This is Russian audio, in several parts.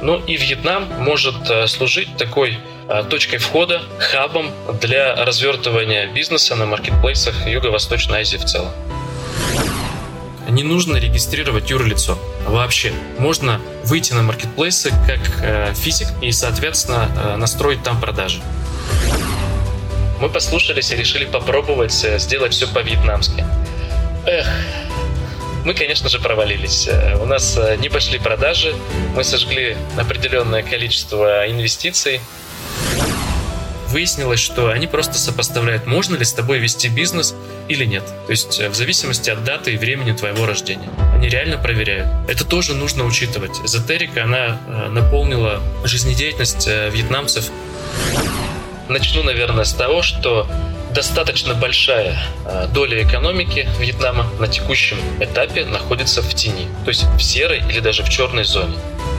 Ну и Вьетнам может служить такой точкой входа, хабом для развертывания бизнеса на маркетплейсах Юго-Восточной Азии в целом. Не нужно регистрировать юрлицо вообще. Можно выйти на маркетплейсы как физик и, соответственно, настроить там продажи. Мы послушались и решили попробовать сделать все по-вьетнамски. Мы, конечно же, провалились. У нас не пошли продажи, мы сожгли определенное количество инвестиций. Выяснилось, что они просто сопоставляют, можно ли с тобой вести бизнес или нет. То есть в зависимости от даты и времени твоего рождения. Они реально проверяют. Это тоже нужно учитывать. Эзотерика, она наполнила жизнедеятельность вьетнамцев. Начну, наверное, с того, что достаточно большая доля экономики Вьетнама на текущем этапе находится в тени, то есть в серой или даже в черной зоне.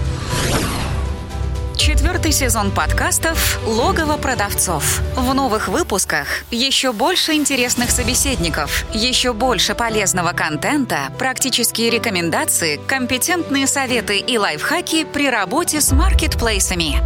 4-й сезон подкастов «Логово продавцов». В новых выпусках еще больше интересных собеседников, еще больше полезного контента, практические рекомендации, компетентные советы и лайфхаки при работе с маркетплейсами.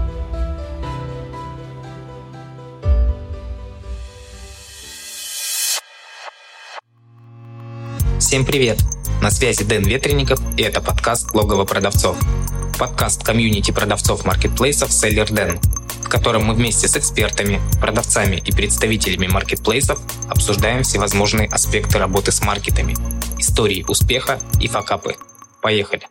Всем привет! На связи Дэн Ветренников, и это подкаст «Логово продавцов». Подкаст комьюнити продавцов маркетплейсов Seller Den, в котором мы вместе с экспертами, продавцами и представителями маркетплейсов обсуждаем всевозможные аспекты работы с маркетами, истории успеха и факапы. Поехали!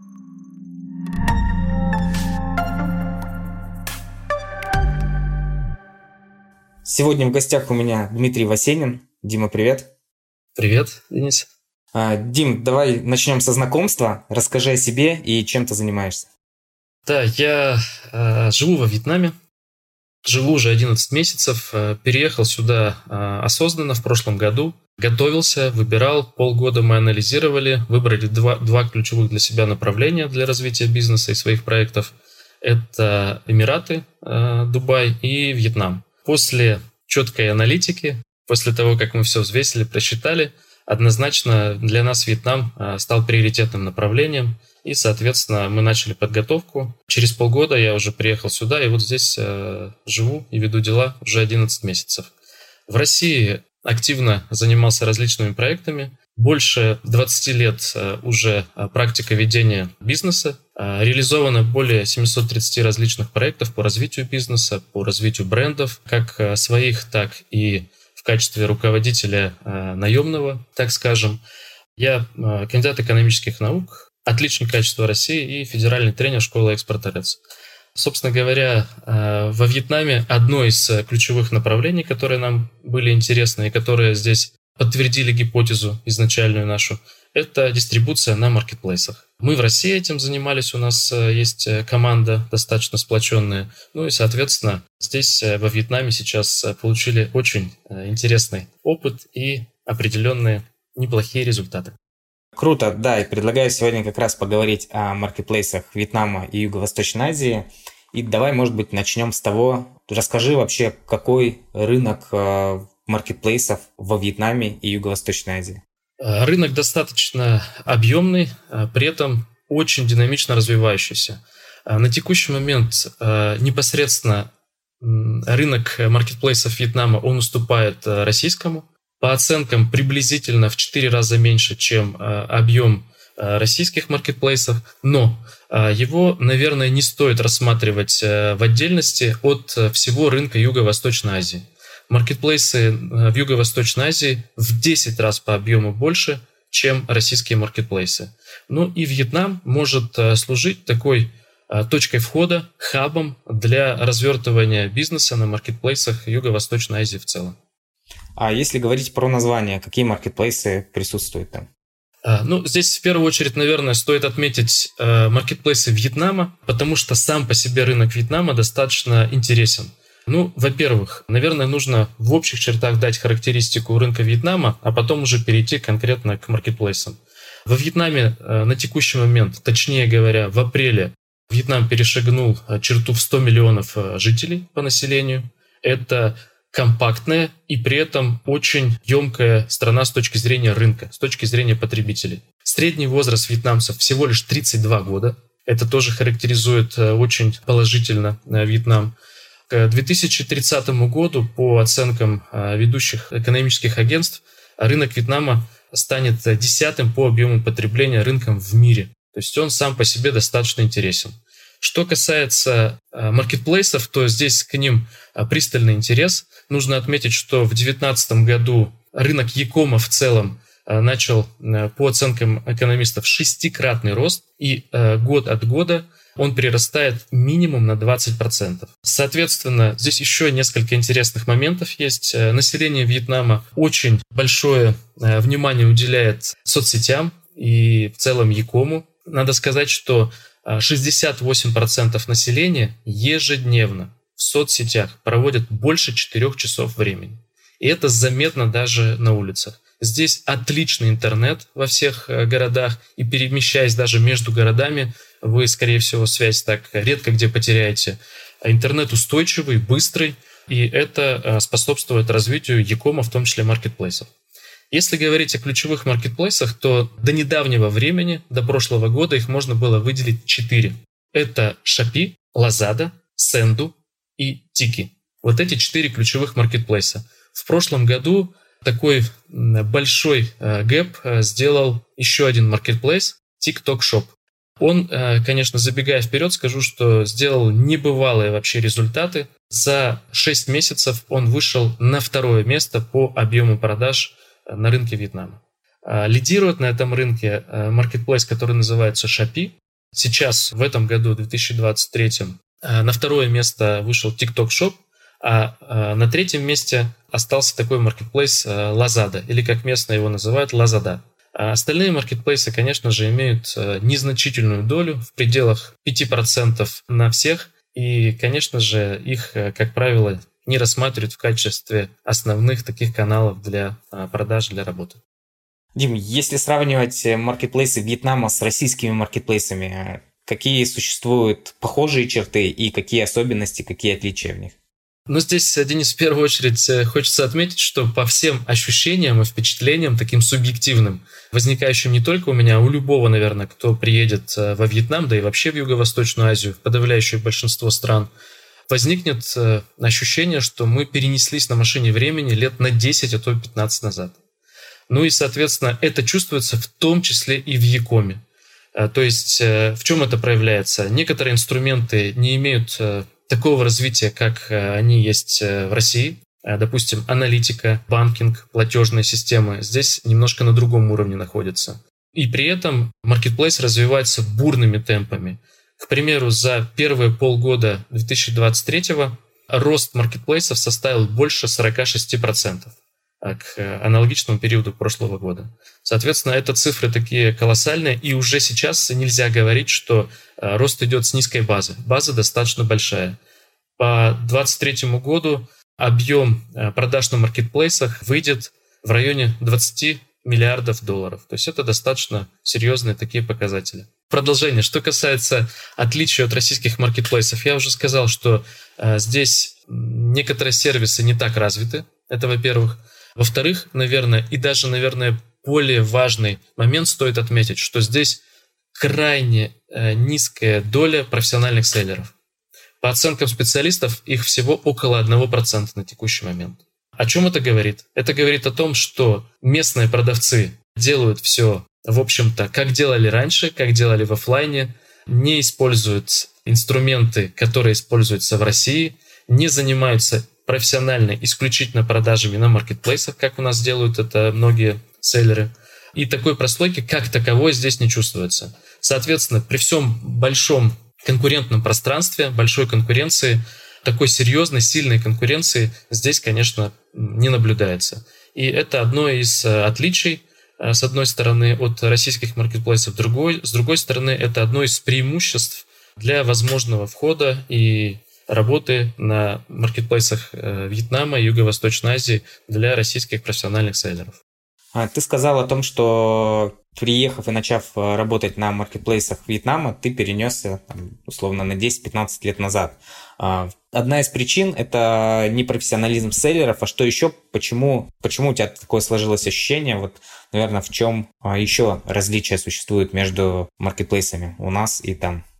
Сегодня в гостях у меня Дмитрий Васенин. Дима, привет! Привет, Денис. Дим, давай начнем со знакомства. Расскажи о себе и чем ты занимаешься. Да, я живу во Вьетнаме. Живу уже 11 месяцев. Переехал сюда осознанно в прошлом году. Готовился, выбирал. Полгода мы анализировали. Выбрали два ключевых для себя направления для развития бизнеса и своих проектов. Это Эмираты, Дубай и Вьетнам. После четкой аналитики, после того, как мы все взвесили, просчитали, однозначно для нас Вьетнам стал приоритетным направлением, и, соответственно, мы начали подготовку. Через полгода я уже приехал сюда, и вот здесь живу и веду дела уже 11 месяцев. В России активно занимался различными проектами. Больше 20 лет уже практика ведения бизнеса. Реализовано более 730 различных проектов по развитию бизнеса, по развитию брендов, как своих, так и в качестве руководителя наемного, так скажем. Я кандидат экономических наук, отличник качества России и федеральный тренер школы «Экспорт-РЭЦ». Собственно говоря, во Вьетнаме одно из ключевых направлений, которые нам были интересны и которые здесь подтвердили гипотезу изначальную нашу, это дистрибуция на маркетплейсах. Мы в России этим занимались, у нас есть команда достаточно сплоченная. Ну и, соответственно, здесь во Вьетнаме сейчас получили очень интересный опыт и определенные неплохие результаты. Круто, да, и предлагаю сегодня как раз поговорить о маркетплейсах Вьетнама и Юго-Восточной Азии. И давай, может быть, начнем с того, расскажи вообще, какой рынок маркетплейсов во Вьетнаме и Юго-Восточной Азии. Рынок достаточно объемный, при этом очень динамично развивающийся. На текущий момент непосредственно рынок маркетплейсов Вьетнама, он уступает российскому. По оценкам приблизительно в 4 раза меньше, чем объем российских маркетплейсов, но его, наверное, не стоит рассматривать в отдельности от всего рынка Юго-Восточной Азии. Маркетплейсы в Юго-Восточной Азии в 10 раз по объему больше, чем российские маркетплейсы. Ну и Вьетнам может служить такой точкой входа, хабом для развертывания бизнеса на маркетплейсах Юго-Восточной Азии в целом. А если говорить про название, какие маркетплейсы присутствуют там? Ну, здесь в первую очередь, наверное, стоит отметить маркетплейсы Вьетнама, потому что сам по себе рынок Вьетнама достаточно интересен. Ну, во-первых, наверное, нужно в общих чертах дать характеристику рынка Вьетнама, а потом уже перейти конкретно к маркетплейсам. Во Вьетнаме на текущий момент, точнее говоря, в апреле, Вьетнам перешагнул черту в 100 миллионов жителей по населению. Это компактная и при этом очень емкая страна с точки зрения рынка, с точки зрения потребителей. Средний возраст вьетнамцев всего лишь 32 года. Это тоже характеризует очень положительно Вьетнам. К 2030 году, по оценкам ведущих экономических агентств, рынок Вьетнама станет 10-м по объему потребления рынком в мире. То есть он сам по себе достаточно интересен. Что касается маркетплейсов, то здесь к ним пристальный интерес. Нужно отметить, что в 2019 году рынок e-кома в целом начал, по оценкам экономистов, 6-кратный рост, и год от года он прирастает минимум на 20%. Соответственно, здесь еще несколько интересных моментов есть. Население Вьетнама очень большое внимание уделяет соцсетям и в целом e-кому. Надо сказать, что 68% населения ежедневно в соцсетях проводят больше 4 часов времени. И это заметно даже на улицах. Здесь отличный интернет во всех городах, и перемещаясь даже между городами, вы, скорее всего, связь так редко где потеряете. Интернет устойчивый, быстрый, и это способствует развитию e-кома, в том числе маркетплейсов. Если говорить о ключевых маркетплейсах, то до недавнего времени, до прошлого года, их можно было выделить 4. Это Shopee, Lazada, Sendu и Tiki. Вот эти 4 ключевых маркетплейса. В прошлом году такой большой гэп сделал еще один маркетплейс TikTok Shop. Он, конечно, забегая вперед, скажу, что сделал небывалые вообще результаты. За 6 месяцев он вышел на 2-е место по объему продаж на рынке Вьетнама. Лидирует на этом рынке маркетплейс, который называется Shopee. Сейчас, в этом году, в 2023, на 2-е место вышел TikTok Shop, а на 3-м месте остался такой маркетплейс Lazada, или как местные его называют, Lazada. А остальные маркетплейсы, конечно же, имеют незначительную долю в пределах 5% на всех, и, конечно же, их, как правило, не рассматривают в качестве основных таких каналов для продаж, для работы. Дим, если сравнивать маркетплейсы Вьетнама с российскими маркетплейсами, какие существуют похожие черты и какие особенности, какие отличия в них? Но здесь, Денис, в первую очередь хочется отметить, что по всем ощущениям и впечатлениям, таким субъективным, возникающим не только у меня, а у любого, наверное, кто приедет во Вьетнам, да и вообще в Юго-Восточную Азию, в подавляющее большинство стран, возникнет ощущение, что мы перенеслись на машине времени лет на 10, а то 15 назад. Ну и, соответственно, это чувствуется в том числе и в e-коме. То есть в чем это проявляется? Некоторые инструменты не имеют такого развития, как они есть в России. Допустим, аналитика, банкинг, платежные системы здесь немножко на другом уровне находятся. И при этом маркетплейс развивается бурными темпами. К примеру, за первые полгода 2023-го рост маркетплейсов составил больше 46% к аналогичному периоду прошлого года. Соответственно, это цифры такие колоссальные, и уже сейчас нельзя говорить, что рост идет с низкой базы. База достаточно большая. По 2023 году объем продаж на маркетплейсах выйдет в районе 20 миллиардов долларов. То есть это достаточно серьезные такие показатели. Продолжение. Что касается отличия от российских маркетплейсов, я уже сказал, что здесь некоторые сервисы не так развиты. Это, во-первых. Во-вторых, наверное, более важный момент стоит отметить, что здесь крайне низкая доля профессиональных селлеров. По оценкам специалистов, их всего около 1% на текущий момент. О чем это говорит? Это говорит о том, что местные продавцы делают все, в общем-то, как делали раньше, как делали в офлайне, не используют инструменты, которые используются в России, не занимаются профессионально исключительно продажами на маркетплейсах, как у нас делают это многие селлеры. И такой прослойки как таковой здесь не чувствуется. Соответственно, при всем большом конкурентном пространстве, большой конкуренции, такой серьезной, сильной конкуренции здесь, конечно, не наблюдается. И это одно из отличий, с одной стороны, от российских маркетплейсов, с другой стороны, это одно из преимуществ для возможного входа и работы на маркетплейсах Вьетнама и Юго-Восточной Азии для российских профессиональных селлеров. Ты сказал о том, что приехав и начав работать на маркетплейсах Вьетнама, ты перенесся условно на 10-15 лет назад. Одна из причин – это непрофессионализм селлеров. А что еще? Почему у тебя такое сложилось ощущение? Вот, наверное, в чем еще различия существуют между маркетплейсами у нас и там?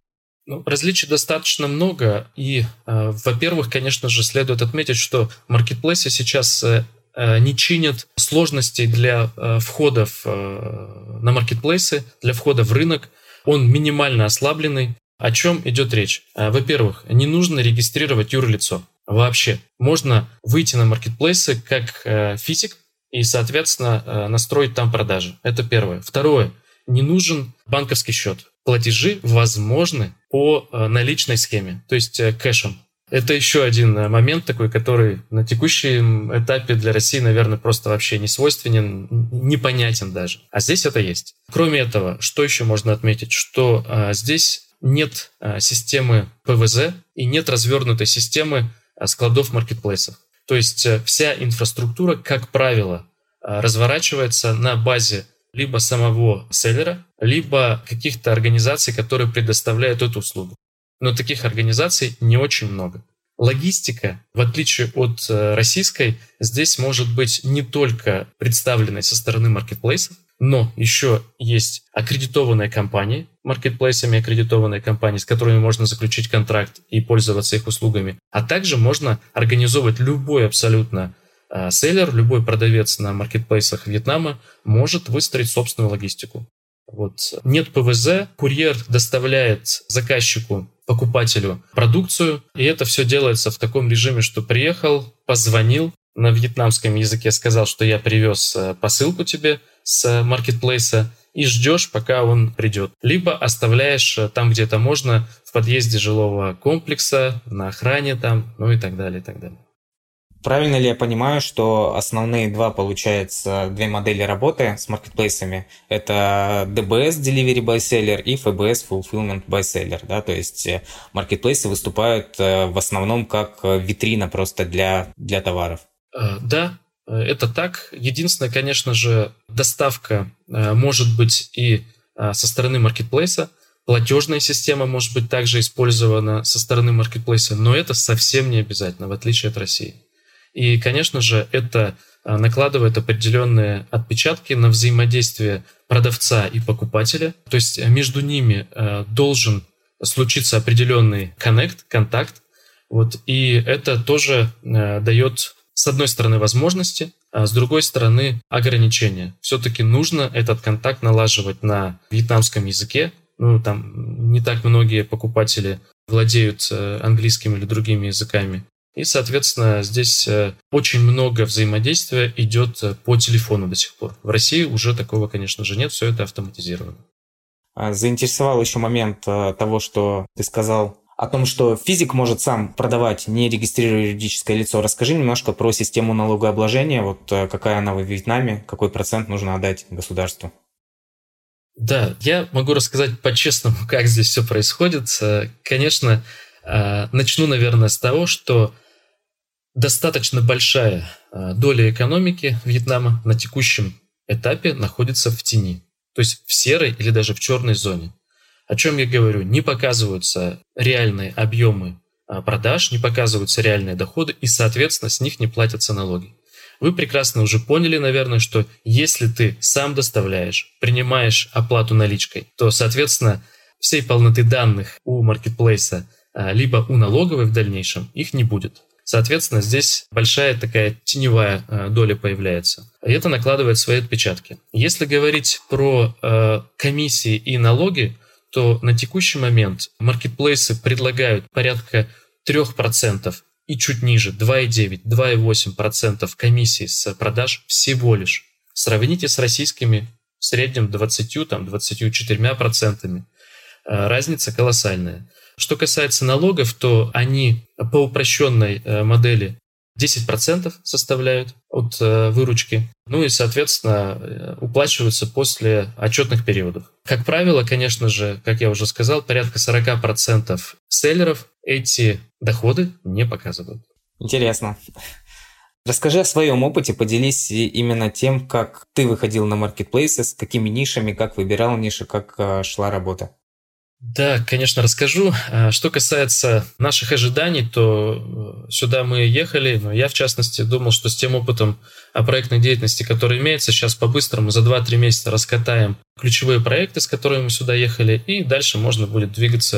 Различий достаточно много. И, во-первых, конечно же, следует отметить, что маркетплейсы сейчас не чинят сложностей для входов на маркетплейсы, для входа в рынок. Он минимально ослабленный. О чем идет речь? Во-первых, не нужно регистрировать юрлицо. Вообще. Можно выйти на маркетплейсы как физик и, соответственно, настроить там продажи. Это первое. Второе. Не нужен банковский счет. Платежи возможны по наличной схеме, то есть кэшем. Это еще один момент такой, который на текущем этапе для России, наверное, просто вообще не свойственен, непонятен даже. А здесь это есть. Кроме этого, что еще можно отметить? Что здесь нет системы ПВЗ и нет развернутой системы складов маркетплейсов. То есть вся инфраструктура, как правило, разворачивается на базе либо самого селлера, либо каких-то организаций, которые предоставляют эту услугу. Но таких организаций не очень много. Логистика, в отличие от российской, здесь может быть не только представленной со стороны маркетплейсов, но еще есть аккредитованные компании, маркетплейсами аккредитованные компании, с которыми можно заключить контракт и пользоваться их услугами. А также можно организовывать любой абсолютно селлер, любой продавец на маркетплейсах Вьетнама может выстроить собственную логистику. Нет ПВЗ, курьер доставляет заказчику, покупателю продукцию, и это все делается в таком режиме, что приехал, позвонил на вьетнамском языке, сказал, что я привез посылку тебе с маркетплейса, и ждешь, пока он придет. Либо оставляешь там, где это можно, в подъезде жилого комплекса, на охране там, и так далее, и так далее. Правильно ли я понимаю, что основные две модели работы с маркетплейсами – это DBS Delivery by Seller и FBS Fulfillment by Seller, да? То есть маркетплейсы выступают в основном как витрина просто для товаров. Да, это так. Единственное, конечно же, доставка может быть и со стороны маркетплейса, платежная система может быть также использована со стороны маркетплейса, но это совсем не обязательно, в отличие от России. И, конечно же, это накладывает определенные отпечатки на взаимодействие продавца и покупателя. То есть между ними должен случиться определенный контакт. И это тоже дает, с одной стороны, возможности, а с другой стороны, ограничения. Все-таки нужно этот контакт налаживать на вьетнамском языке. Там не так многие покупатели владеют английским или другими языками. И, соответственно, здесь очень много взаимодействия идет по телефону до сих пор. В России уже такого, конечно же, нет, все это автоматизировано. Заинтересовал еще момент того, что ты сказал о том, что физик может сам продавать, не регистрируя юридическое лицо. Расскажи немножко про систему налогообложения, какая она в Вьетнаме, какой процент нужно отдать государству. Да, я могу рассказать по-честному, как здесь все происходит. Конечно, начну, наверное, с того, что достаточно большая доля экономики Вьетнама на текущем этапе находится в тени, то есть в серой или даже в черной зоне. О чем я говорю? Не показываются реальные объемы продаж, не показываются реальные доходы, и, соответственно, с них не платятся налоги. Вы прекрасно уже поняли, наверное, что если ты сам доставляешь, принимаешь оплату наличкой, то, соответственно, всей полноты данных у маркетплейса либо у налоговой в дальнейшем их не будет. Соответственно, здесь большая такая теневая доля появляется. И это накладывает свои отпечатки. Если говорить про комиссии и налоги, то на текущий момент маркетплейсы предлагают порядка 3% и чуть ниже 2,9, 2,8% комиссии с продаж всего лишь. Сравните с российскими в среднем 20-24%. Разница колоссальная. Что касается налогов, то они по упрощенной модели 10% составляют от выручки, и, соответственно, уплачиваются после отчетных периодов. Как правило, конечно же, как я уже сказал, порядка 40% селлеров эти доходы не показывают. Интересно. Расскажи о своем опыте, поделись именно тем, как ты выходил на маркетплейсы, с какими нишами, как выбирал ниши, как шла работа. Да, конечно, расскажу. Что касается наших ожиданий, то сюда мы ехали, но я, в частности, думал, что с тем опытом проектной деятельности, который имеется, сейчас по-быстрому за 2-3 месяца раскатаем ключевые проекты, с которыми мы сюда ехали, и дальше можно будет двигаться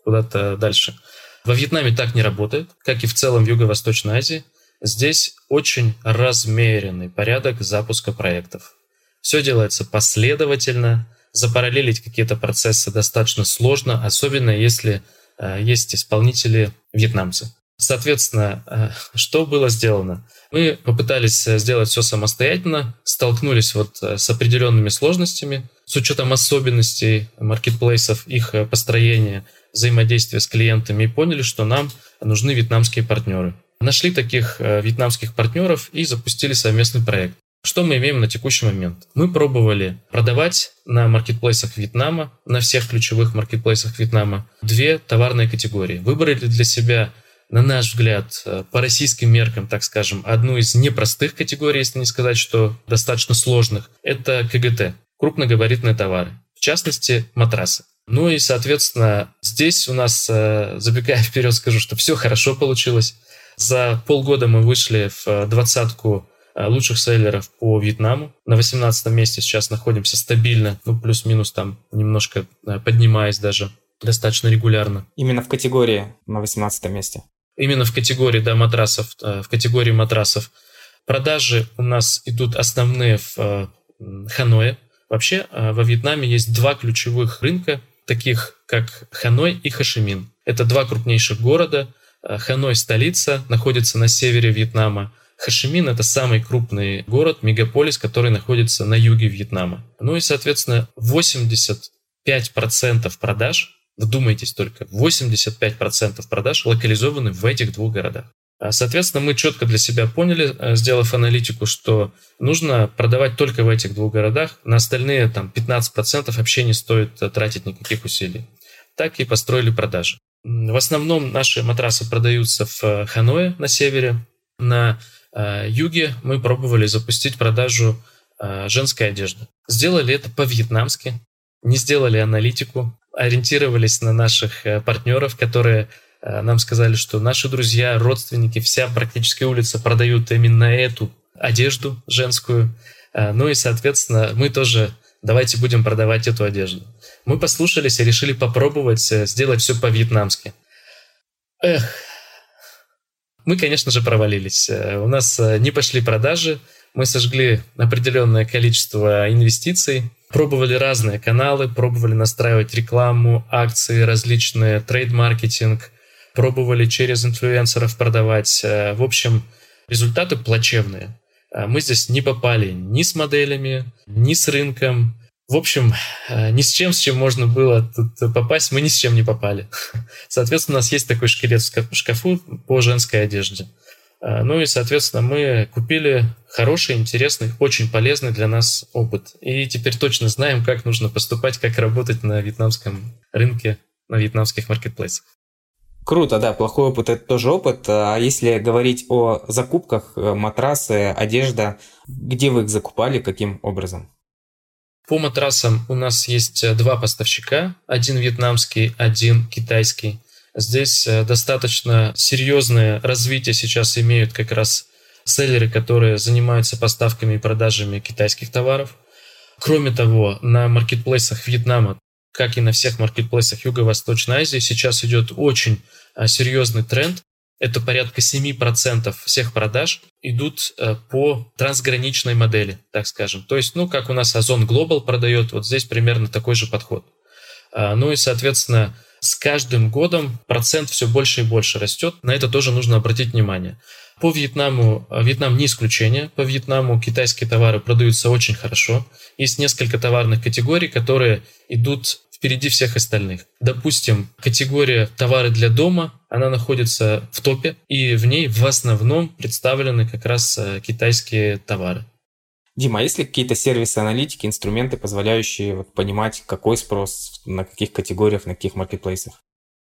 куда-то дальше. Во Вьетнаме так не работает, как и в целом в Юго-Восточной Азии. Здесь очень размеренный порядок запуска проектов. Все делается последовательно, запараллелить какие-то процессы достаточно сложно, особенно если есть исполнители вьетнамцы. Соответственно, что было сделано? Мы попытались сделать все самостоятельно, столкнулись с определенными сложностями, с учетом особенностей маркетплейсов, их построения, взаимодействия с клиентами, и поняли, что нам нужны вьетнамские партнеры. Нашли таких вьетнамских партнеров и запустили совместный проект. Что мы имеем на текущий момент? Мы пробовали продавать на маркетплейсах Вьетнама, на всех ключевых маркетплейсах Вьетнама, 2 товарные категории. Выбрали для себя, на наш взгляд, по российским меркам, так скажем, одну из непростых категорий, если не сказать, что достаточно сложных. Это КГТ, крупногабаритные товары, в частности, матрасы. Ну и, соответственно, здесь у нас, забегая вперед, скажу, что все хорошо получилось. За полгода мы вышли в 20-ку лучших селлеров по Вьетнаму. На 18 месте сейчас находимся стабильно, плюс-минус там немножко поднимаясь даже достаточно регулярно. Именно в категории на 18 месте? Именно в категории, матрасов, в категории матрасов. Продажи у нас идут основные в Ханое. Вообще во Вьетнаме есть 2 ключевых рынка, таких как Ханой и Хошимин. Это 2 крупнейших города. Ханой – столица, находится на севере Вьетнама. Хошимин – это самый крупный город, мегаполис, который находится на юге Вьетнама. Ну и, соответственно, 85% продаж, вдумайтесь только, 85% продаж локализованы в этих 2 городах. Соответственно, мы четко для себя поняли, сделав аналитику, что нужно продавать только в этих 2 городах, на остальные 15% вообще не стоит тратить никаких усилий. Так и построили продажи. В основном наши матрасы продаются в Ханое на севере. На юге мы пробовали запустить продажу женской одежды. Сделали это по-вьетнамски, не сделали аналитику, ориентировались на наших партнеров, которые нам сказали, что наши друзья, родственники, вся практически улица продают именно эту одежду женскую. Ну и, соответственно, мы тоже давайте будем продавать эту одежду. Мы послушались и решили попробовать сделать все по-вьетнамски. Мы, конечно же, провалились. У нас не пошли продажи, мы сожгли определенное количество инвестиций, пробовали разные каналы, пробовали настраивать рекламу, акции, различные трейд-маркетинг, пробовали через инфлюенсеров продавать. В общем, результаты плачевные. Мы здесь не попали ни с моделями, ни с рынком. В общем, ни с чем можно было тут попасть, мы ни с чем не попали. Соответственно, у нас есть такой шкелет в шкафу по женской одежде. Ну и, соответственно, мы купили хороший, интересный, очень полезный для нас опыт. И теперь точно знаем, как нужно поступать, как работать на вьетнамском рынке, на вьетнамских маркетплейсах. Круто, да, плохой опыт – это тоже опыт. А если говорить о закупках, матрасы, одежда, где вы их закупали, каким образом? По матрасам у нас есть 2 поставщика, один вьетнамский, один китайский. Здесь достаточно серьезное развитие сейчас имеют как раз селлеры, которые занимаются поставками и продажами китайских товаров. Кроме того, на маркетплейсах Вьетнама, как и на всех маркетплейсах Юго-Восточной Азии, сейчас идет очень серьезный тренд. Это порядка 7% всех продаж идут по трансграничной модели, так скажем. То есть, как у нас Озон Global продает, вот здесь примерно такой же подход. Ну и, соответственно, с каждым годом процент все больше и больше растет. На это тоже нужно обратить внимание. По Вьетнаму, Вьетнам не исключение. По Вьетнаму китайские товары продаются очень хорошо. Есть несколько товарных категорий, которые идут впереди всех остальных. Допустим, категория товары для дома, она находится в топе, и в ней в основном представлены как раз китайские товары. Дима, а есть ли какие-то сервисы аналитики, инструменты, позволяющие понимать, какой спрос, на каких категориях, на каких маркетплейсах?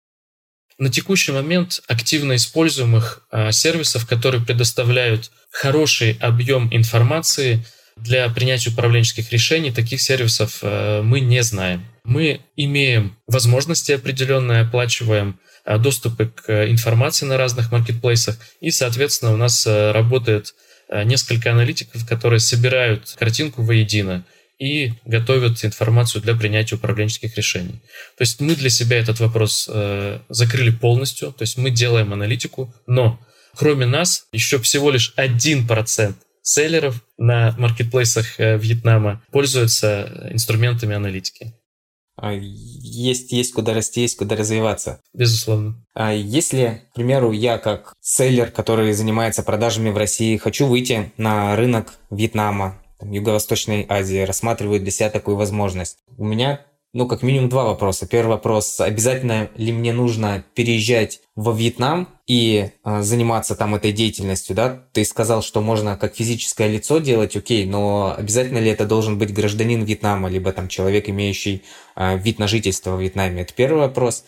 На текущий момент активно используемых сервисов, которые предоставляют хороший объем информации для принятия управленческих решений, таких сервисов мы не знаем. Мы имеем возможности определенные, оплачиваем доступы к информации на разных маркетплейсах, и, соответственно, у нас работает несколько аналитиков, которые собирают картинку воедино и готовят информацию для принятия управленческих решений. То есть мы для себя этот вопрос закрыли полностью, то есть мы делаем аналитику, но кроме нас еще всего лишь 1% селлеров на маркетплейсах Вьетнама пользуются инструментами аналитики. Есть куда расти, есть куда развиваться. Безусловно. Если, к примеру, я как селлер, который занимается продажами в России, хочу выйти на рынок Вьетнама, Юго-Восточной Азии, рассматриваю для себя такую возможность. У меня, как минимум 2 вопроса. Первый вопрос: обязательно ли мне нужно переезжать во Вьетнам и заниматься там этой деятельностью, да? Ты сказал, что можно как физическое лицо делать, окей, но обязательно ли это должен быть гражданин Вьетнама, либо там человек, имеющий вид на жительство во Вьетнаме? Это первый вопрос.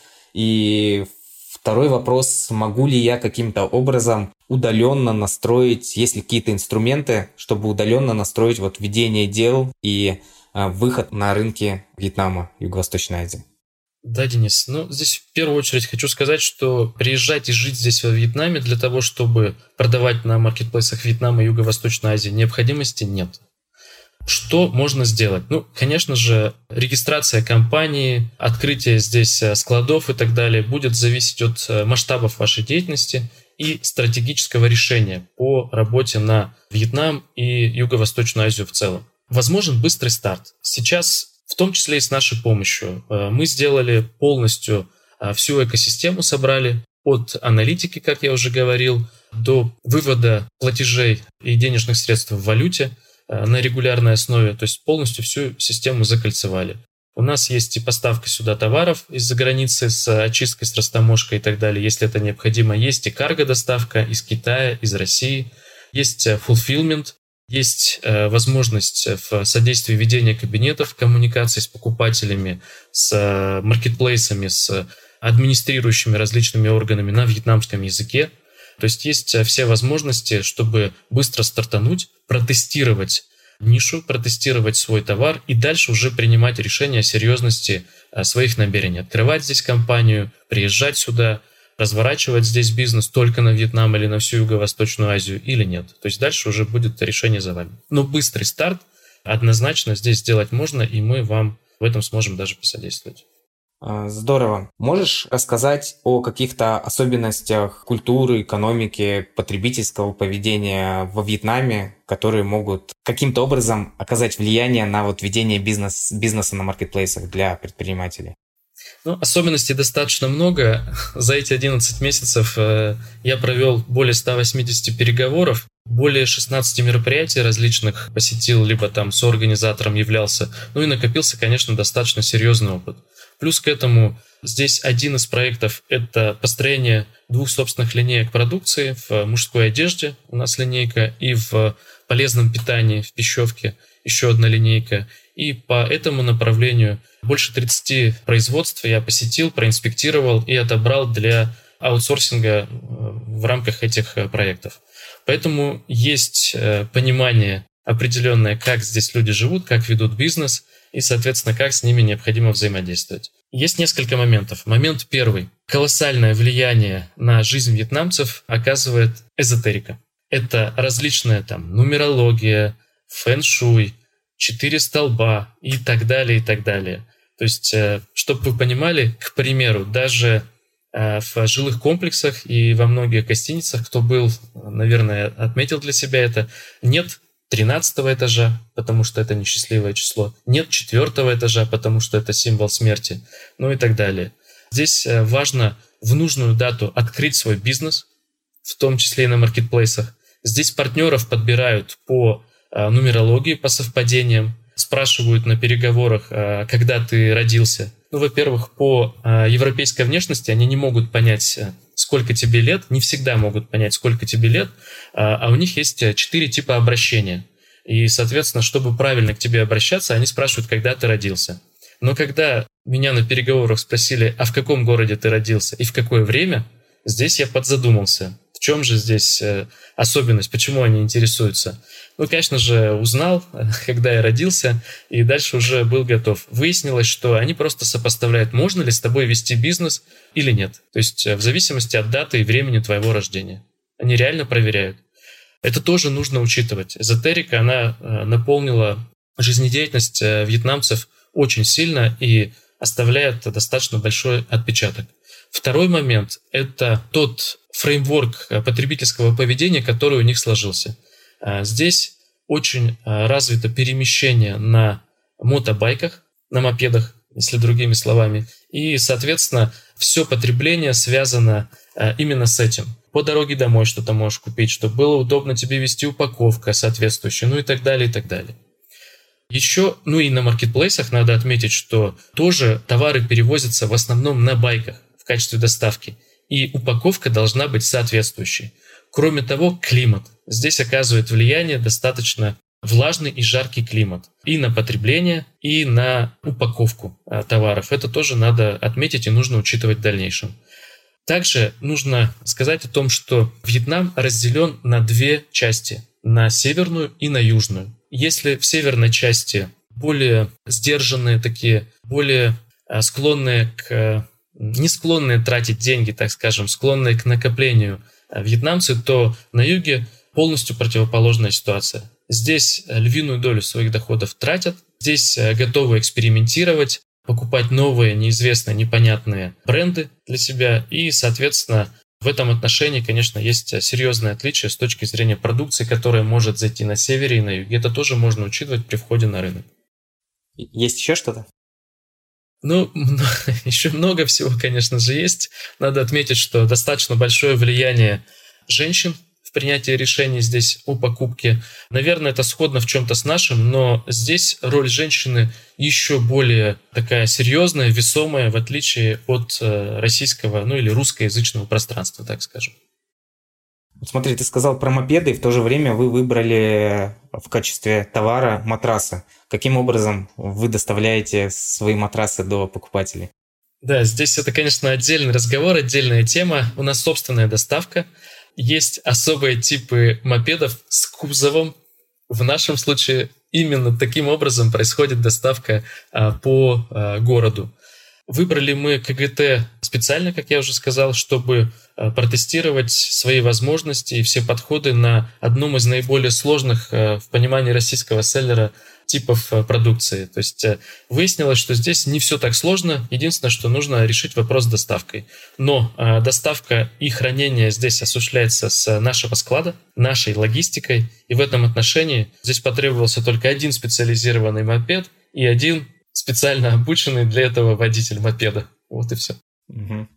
И второй вопрос: могу ли я каким-то образом удаленно настроить, есть ли какие-то инструменты, чтобы удаленно настроить ведение дел и выход на рынки Вьетнама, Юго-Восточной Азии? Да, Денис. Здесь в первую очередь хочу сказать, что приезжать и жить здесь во Вьетнаме для того, чтобы продавать на маркетплейсах Вьетнама и Юго-Восточной Азии, необходимости нет. Что можно сделать? Конечно же, регистрация компании, открытие здесь складов и так далее будет зависеть от масштабов вашей деятельности и стратегического решения по работе на Вьетнам и Юго-Восточную Азию в целом. Возможен быстрый старт. Сейчас, в том числе и с нашей помощью, мы сделали полностью всю экосистему, собрали от аналитики, как я уже говорил, до вывода платежей и денежных средств в валюте на регулярной основе, то есть полностью всю систему закольцевали. У нас есть и поставка сюда товаров из-за границы с очисткой, с растаможкой и так далее, если это необходимо. Есть и карго-доставка из Китая, из России. Есть fulfillment, есть возможность в содействии ведения кабинетов, коммуникации с покупателями, с маркетплейсами, с администрирующими различными органами на вьетнамском языке. То есть все возможности, чтобы быстро стартануть, протестировать нишу, протестировать свой товар и дальше уже принимать решение о серьезности своих намерений. Открывать здесь компанию, приезжать сюда, разворачивать здесь бизнес только на Вьетнам или на всю Юго-Восточную Азию или нет. То есть дальше уже будет решение за вами. Но быстрый старт однозначно здесь сделать можно, и мы вам в этом сможем даже посодействовать. Здорово. Можешь рассказать о каких-то особенностях культуры, экономики, потребительского поведения во Вьетнаме, которые могут каким-то образом оказать влияние на ведение бизнеса на маркетплейсах для предпринимателей? Особенностей достаточно много. За эти 11 месяцев я провел более 180 переговоров, более 16 мероприятий различных посетил, либо там соорганизатором являлся. И накопился, конечно, достаточно серьезный опыт. Плюс к этому здесь один из проектов – это построение 2 собственных линеек продукции в мужской одежде, у нас линейка, и в полезном питании, в пищевке еще одна линейка. И по этому направлению больше 30 производств я посетил, проинспектировал и отобрал для аутсорсинга в рамках этих проектов. Поэтому есть понимание определенное, как здесь люди живут, как ведут бизнес и, соответственно, как с ними необходимо взаимодействовать. Есть несколько моментов. Момент первый. Колоссальное влияние на жизнь вьетнамцев оказывает эзотерика. Это различная нумерология, фэн-шуй, 4 столба и так далее, и так далее. То есть, чтобы вы понимали, к примеру, даже в жилых комплексах и во многих гостиницах, кто был, наверное, отметил для себя это, нет 13-го этажа, потому что это несчастливое число, нет 4-го этажа, потому что это символ смерти, и так далее. Здесь важно в нужную дату открыть свой бизнес, в том числе и на маркетплейсах. Здесь партнеров подбирают по нумерологии, по совпадениям, спрашивают на переговорах, когда ты родился. Во-первых, по европейской внешности они не могут понять, сколько тебе лет, не всегда могут понять, сколько тебе лет, а у них есть 4 типа обращения. И, соответственно, чтобы правильно к тебе обращаться, они спрашивают, когда ты родился. Но когда меня на переговорах спросили, а в каком городе ты родился и в какое время, здесь я подзадумался. В чем же здесь особенность, почему они интересуются? Конечно же, узнал, когда я родился, и дальше уже был готов. Выяснилось, что они просто сопоставляют, можно ли с тобой вести бизнес или нет. То есть в зависимости от даты и времени твоего рождения. Они реально проверяют. Это тоже нужно учитывать. Эзотерика, она наполнила жизнедеятельность вьетнамцев очень сильно и оставляет достаточно большой отпечаток. Второй момент – это тот фреймворк потребительского поведения, который у них сложился. Здесь очень развито перемещение на мотобайках, на мопедах, если другими словами. И, соответственно, все потребление связано именно с этим. По дороге домой что-то можешь купить, чтобы было удобно тебе вести упаковка соответствующая, ну и так далее, и так далее. Еще, ну и на маркетплейсах надо отметить, что тоже товары перевозятся в основном на байках в качестве доставки. И упаковка должна быть соответствующей. Кроме того, климат. Здесь оказывает влияние достаточно влажный и жаркий климат. И на потребление, и на упаковку товаров. Это тоже надо отметить и нужно учитывать в дальнейшем. Также нужно сказать о том, что Вьетнам разделен на две части. На северную и на южную. Если в северной части более сдержанные такие, более склонные не склонные тратить деньги, так скажем, склонные к накоплению вьетнамцы, то на юге полностью противоположная ситуация. Здесь львиную долю своих доходов тратят, здесь готовы экспериментировать, покупать новые, неизвестные, непонятные бренды для себя. И, соответственно, в этом отношении, конечно, есть серьезное отличие с точки зрения продукции, которая может зайти на севере и на юге. Это тоже можно учитывать при входе на рынок. Есть еще что-то? Ну, еще много всего, конечно же, есть. Надо отметить, что достаточно большое влияние женщин в принятии решений здесь о покупке. Наверное, это сходно в чем-то с нашим, но здесь роль женщины еще более такая серьезная, весомая, в отличие от российского, ну или русскоязычного пространства, так скажем. Смотри, ты сказал про мопеды, и в то же время вы выбрали в качестве товара матрасы. Каким образом вы доставляете свои матрасы до покупателей? Да, здесь это, конечно, отдельный разговор, отдельная тема. У нас собственная доставка. Есть особые типы мопедов с кузовом. В нашем случае именно таким образом происходит доставка по городу. Выбрали мы КГТ специально, как я уже сказал, чтобы протестировать свои возможности и все подходы на одном из наиболее сложных в понимании российского селлера типов продукции. То есть выяснилось, что здесь не все так сложно. Единственное, что нужно решить вопрос с доставкой. Но доставка и хранение здесь осуществляется с нашего склада, нашей логистикой. И в этом отношении здесь потребовался только один специализированный мопед и один специально обученный для этого водитель мопеда. Вот и все. Угу.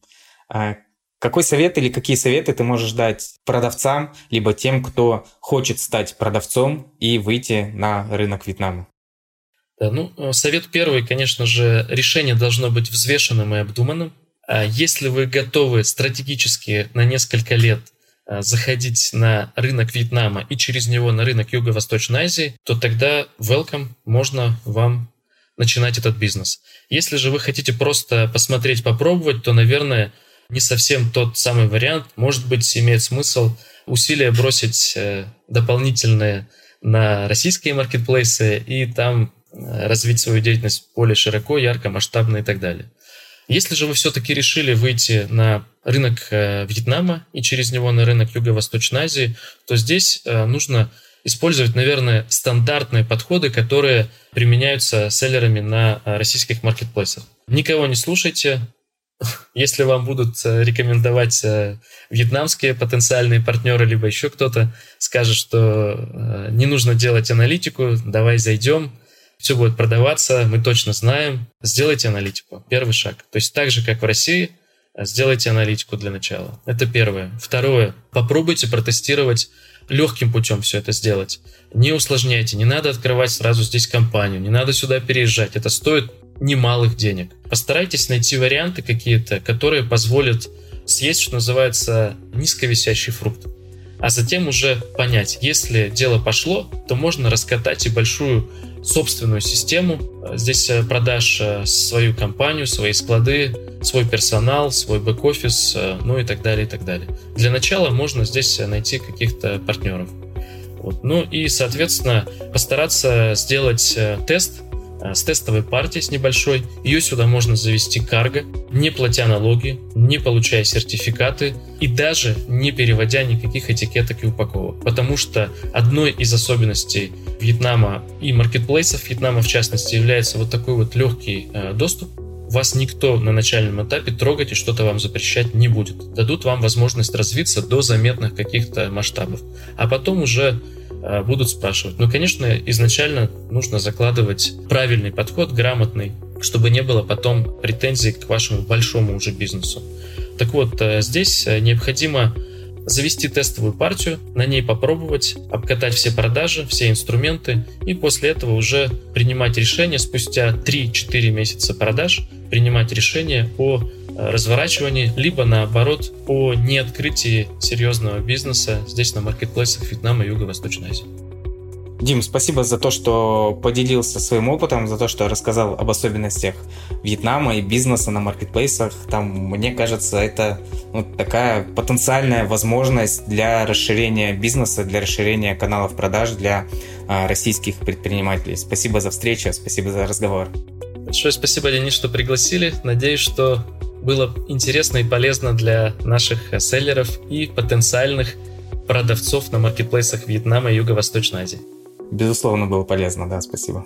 Какой совет или какие советы ты можешь дать продавцам, либо тем, кто хочет стать продавцом и выйти на рынок Вьетнама? Да, совет первый, конечно же, решение должно быть взвешенным и обдуманным. Если вы готовы стратегически на несколько лет заходить на рынок Вьетнама и через него на рынок Юго-Восточной Азии, то тогда welcome, можно вам начинать этот бизнес. Если же вы хотите просто посмотреть, попробовать, то, наверное, не совсем тот самый вариант. Может быть, имеет смысл усилия бросить дополнительные на российские маркетплейсы и там развить свою деятельность более широко, ярко, масштабно и так далее. Если же вы все-таки решили выйти на рынок Вьетнама и через него на рынок Юго-Восточной Азии, то здесь нужно использовать, наверное, стандартные подходы, которые применяются селлерами на российских маркетплейсах. Никого не слушайте. Если вам будут рекомендовать вьетнамские потенциальные партнеры, либо еще кто-то скажет, что не нужно делать аналитику, давай зайдем, все будет продаваться, мы точно знаем. Сделайте аналитику. Первый шаг. То есть так же, как в России, сделайте аналитику для начала. Это первое. Второе. Попробуйте протестировать легким путем все это сделать. Не усложняйте, не надо открывать сразу здесь компанию, не надо сюда переезжать. Это стоит немалых денег. Постарайтесь найти варианты какие-то, которые позволят съесть, что называется, низковисящий фрукт. А затем уже понять, если дело пошло, то можно раскатать и большую собственную систему. Здесь продашь свою компанию, свои склады, свой персонал, свой бэк-офис, ну и так далее, и так далее. Для начала можно здесь найти каких-то партнеров. Вот. Ну и, соответственно, постараться сделать тест с тестовой партией, с небольшой. Ее сюда можно завести карго, не платя налоги, не получая сертификаты и даже не переводя никаких этикеток и упаковок. Потому что одной из особенностей Вьетнама и маркетплейсов Вьетнама в частности является вот такой вот легкий доступ. Вас никто на начальном этапе трогать и что-то вам запрещать не будет. Дадут вам возможность развиться до заметных каких-то масштабов. А потом уже будут спрашивать. Но, конечно, изначально нужно закладывать правильный подход, грамотный, чтобы не было потом претензий к вашему большому уже бизнесу. Так вот, здесь необходимо завести тестовую партию, на ней попробовать, обкатать все продажи, все инструменты и после этого уже принимать решение спустя 3-4 месяца продаж, принимать решение о разворачивании, либо наоборот о неоткрытии серьезного бизнеса здесь на маркетплейсах Вьетнама и Юго-Восточной Азии. Дим, спасибо за то, что поделился своим опытом, за то, что рассказал об особенностях Вьетнама и бизнеса на маркетплейсах. Там, мне кажется, это такая потенциальная возможность для расширения бизнеса, для расширения каналов продаж для российских предпринимателей. Спасибо за встречу, спасибо за разговор. Большое спасибо, Денис, что пригласили. Надеюсь, что было интересно и полезно для наших селлеров и потенциальных продавцов на маркетплейсах Вьетнама и Юго-Восточной Азии. Безусловно, было полезно, да, спасибо.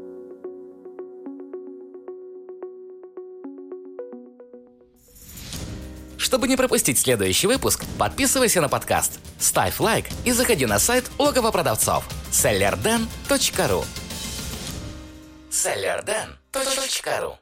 Чтобы не пропустить следующий выпуск, подписывайся на подкаст, ставь лайк и заходи на сайт Логово продавцов sellerden.ru sellerden.ru